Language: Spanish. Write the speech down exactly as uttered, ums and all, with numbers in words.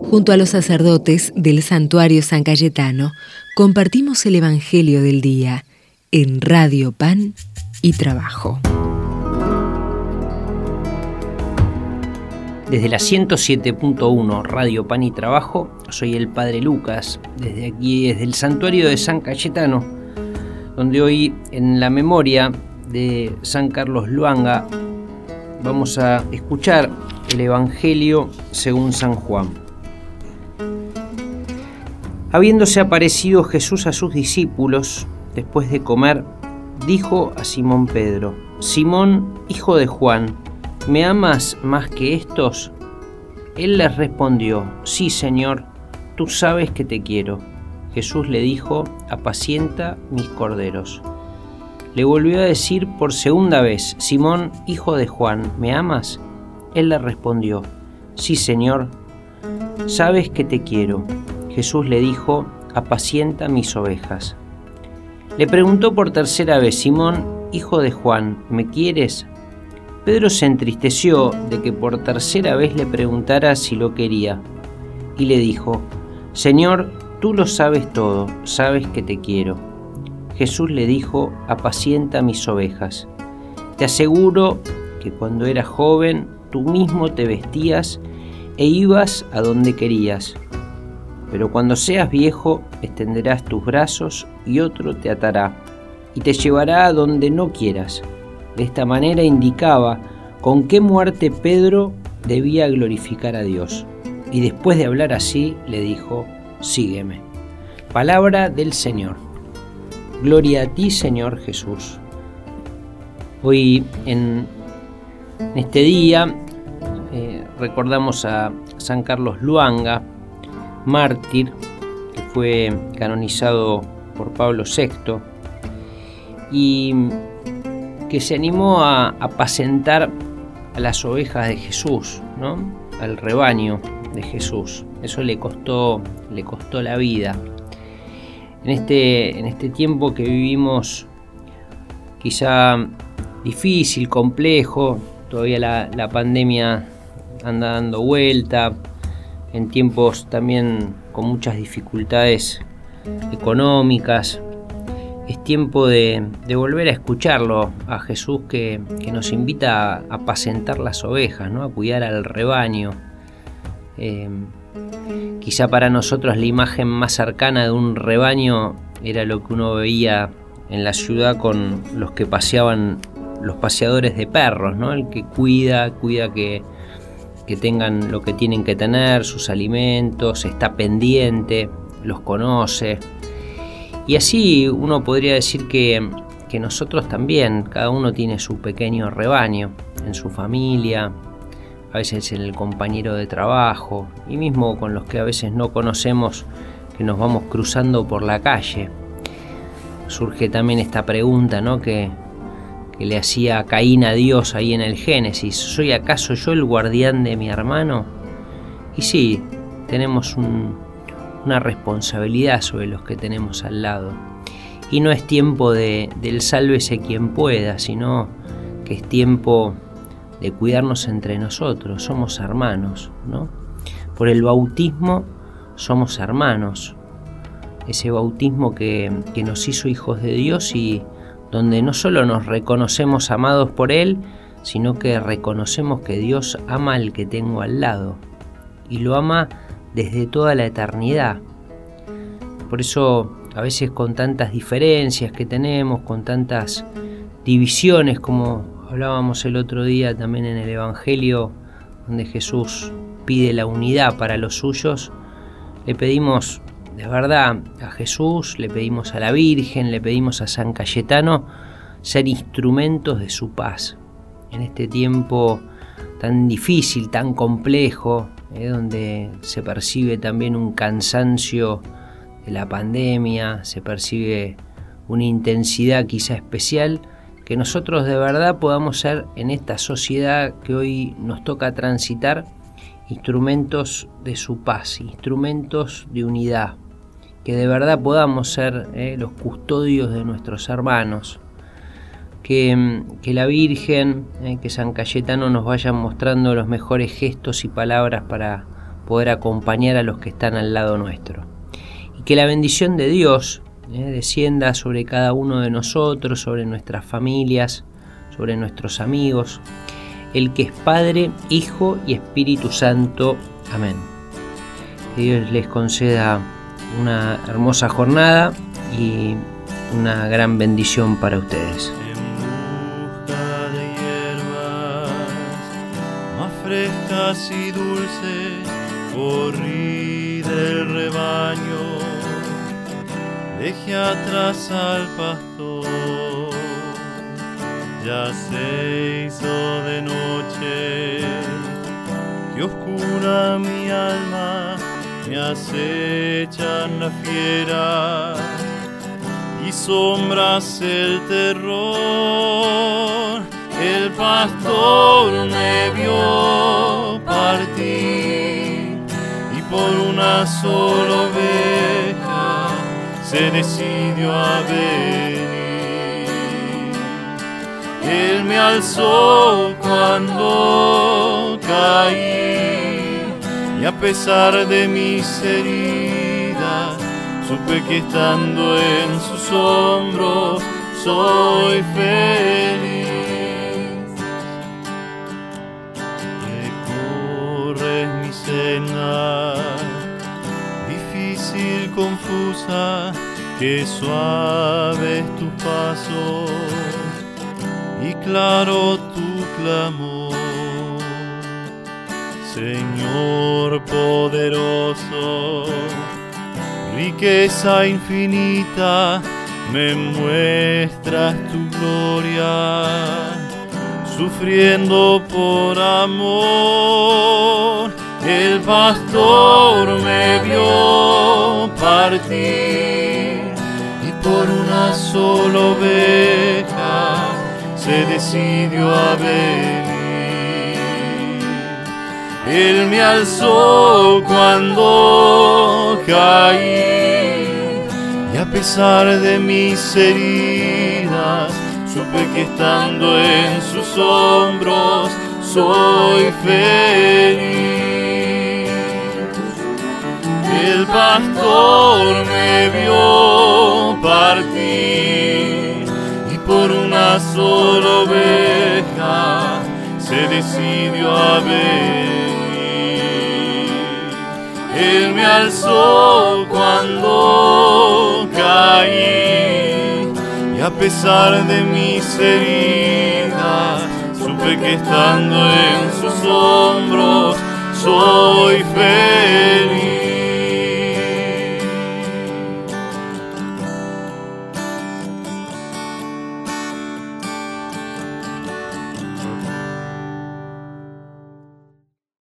Junto a los sacerdotes del Santuario San Cayetano, compartimos el Evangelio del Día en Radio Pan y Trabajo. Desde la ciento siete punto uno Radio Pan y Trabajo, soy el Padre Lucas, desde aquí, desde el Santuario de San Cayetano, donde hoy, en la memoria de San Carlos Luanga, vamos a escuchar el Evangelio según San Juan. Habiéndose aparecido Jesús a sus discípulos, después de comer, dijo a Simón Pedro: Simón, hijo de Juan, ¿me amas más que estos? Él les respondió: Sí, Señor, tú sabes que te quiero. Jesús le dijo: Apacienta mis corderos. Le volvió a decir por segunda vez: Simón, hijo de Juan, ¿me amas? Él le respondió: Sí, Señor, sabes que te quiero. Jesús le dijo: Apacienta mis ovejas. Le preguntó por tercera vez: Simón, hijo de Juan, ¿me quieres? Pedro se entristeció de que por tercera vez le preguntara si lo quería, y le dijo: Señor, tú lo sabes todo, sabes que te quiero. Jesús le dijo: Apacienta mis ovejas. Te aseguro que cuando eras joven, tú mismo te vestías e ibas a donde querías. Pero cuando seas viejo, extenderás tus brazos y otro te atará y te llevará a donde no quieras. De esta manera indicaba con qué muerte Pedro debía glorificar a Dios. Y después de hablar así, le dijo: Sígueme. Palabra del Señor. Gloria a ti, Señor Jesús. Hoy, en este día, eh, recordamos a San Carlos Luanga, mártir, que fue canonizado por Pablo sexto y que se animó a apacentar a las ovejas de Jesús, ¿no? Al rebaño de Jesús. Eso le costó, le costó la vida. En este, en este tiempo que vivimos, quizá difícil, complejo, todavía la, la pandemia anda dando vuelta, en tiempos también con muchas dificultades económicas. Es tiempo de, de volver a escucharlo a Jesús, que, que nos invita a apacentar las ovejas, ¿no? A cuidar al rebaño. Eh, quizá para nosotros la imagen más cercana de un rebaño era lo que uno veía en la ciudad con los que paseaban, los paseadores de perros, ¿no? El que cuida, cuida que, que tengan lo que tienen que tener, sus alimentos, está pendiente, los conoce. Y así uno podría decir que, que nosotros también, cada uno tiene su pequeño rebaño en su familia, a veces en el compañero de trabajo, y mismo con los que a veces no conocemos, que nos vamos cruzando por la calle. Surge también esta pregunta, ¿no? que, que le hacía Caín a Dios ahí en el Génesis: ¿soy acaso yo el guardián de mi hermano? Y sí, tenemos un, una responsabilidad sobre los que tenemos al lado. Y no es tiempo de, del sálvese quien pueda, sino que es tiempo de cuidarnos entre nosotros. Somos hermanos, ¿no? Por el bautismo somos hermanos. Ese bautismo que, que nos hizo hijos de Dios y donde no solo nos reconocemos amados por Él, sino que reconocemos que Dios ama al que tengo al lado. Y lo ama desde toda la eternidad. Por eso, a veces con tantas diferencias que tenemos, con tantas divisiones, como hablábamos el otro día también en el Evangelio, donde Jesús pide la unidad para los suyos, le pedimos de verdad a Jesús, le pedimos a la Virgen, le pedimos a San Cayetano ser instrumentos de su paz en este tiempo tan difícil, tan complejo, eh, donde se percibe también un cansancio de la pandemia, se percibe una intensidad quizá especial, que nosotros de verdad podamos ser en esta sociedad que hoy nos toca transitar instrumentos de su paz, instrumentos de unidad, que de verdad podamos ser eh, los custodios de nuestros hermanos, que, que la Virgen, eh, que San Cayetano nos vayan mostrando los mejores gestos y palabras para poder acompañar a los que están al lado nuestro. Y que la bendición de Dios eh, descienda sobre cada uno de nosotros, sobre nuestras familias, sobre nuestros amigos, el que es Padre, Hijo y Espíritu Santo. Amén. Que Dios les conceda una hermosa jornada y una gran bendición para ustedes. En busca de hierbas más frescas y dulces, corrí del rebaño, dejé atrás al pastor. Ya se hizo de noche, que oscura mi alma, me acechan las fieras y sombras el terror. El pastor me vio partir y por una sola oveja se decidió a venir. Él me alzó cuando caí y a pesar de mis heridas supe que estando en sus hombros soy feliz. Recorres mi senda, difícil, confusa, que suave es tu paso y claro tu clamor. Señor poderoso, riqueza infinita, me muestras tu gloria, sufriendo por amor. El pastor me vio partir y por una sola oveja se decidió a venir. Él me alzó cuando caí y a pesar de mis heridas supe que estando en sus hombros soy feliz. El pastor me vio partir y por una sola oveja se decidió a venir. Él me alzó cuando caí y a pesar de mis heridas supe que estando en sus hombros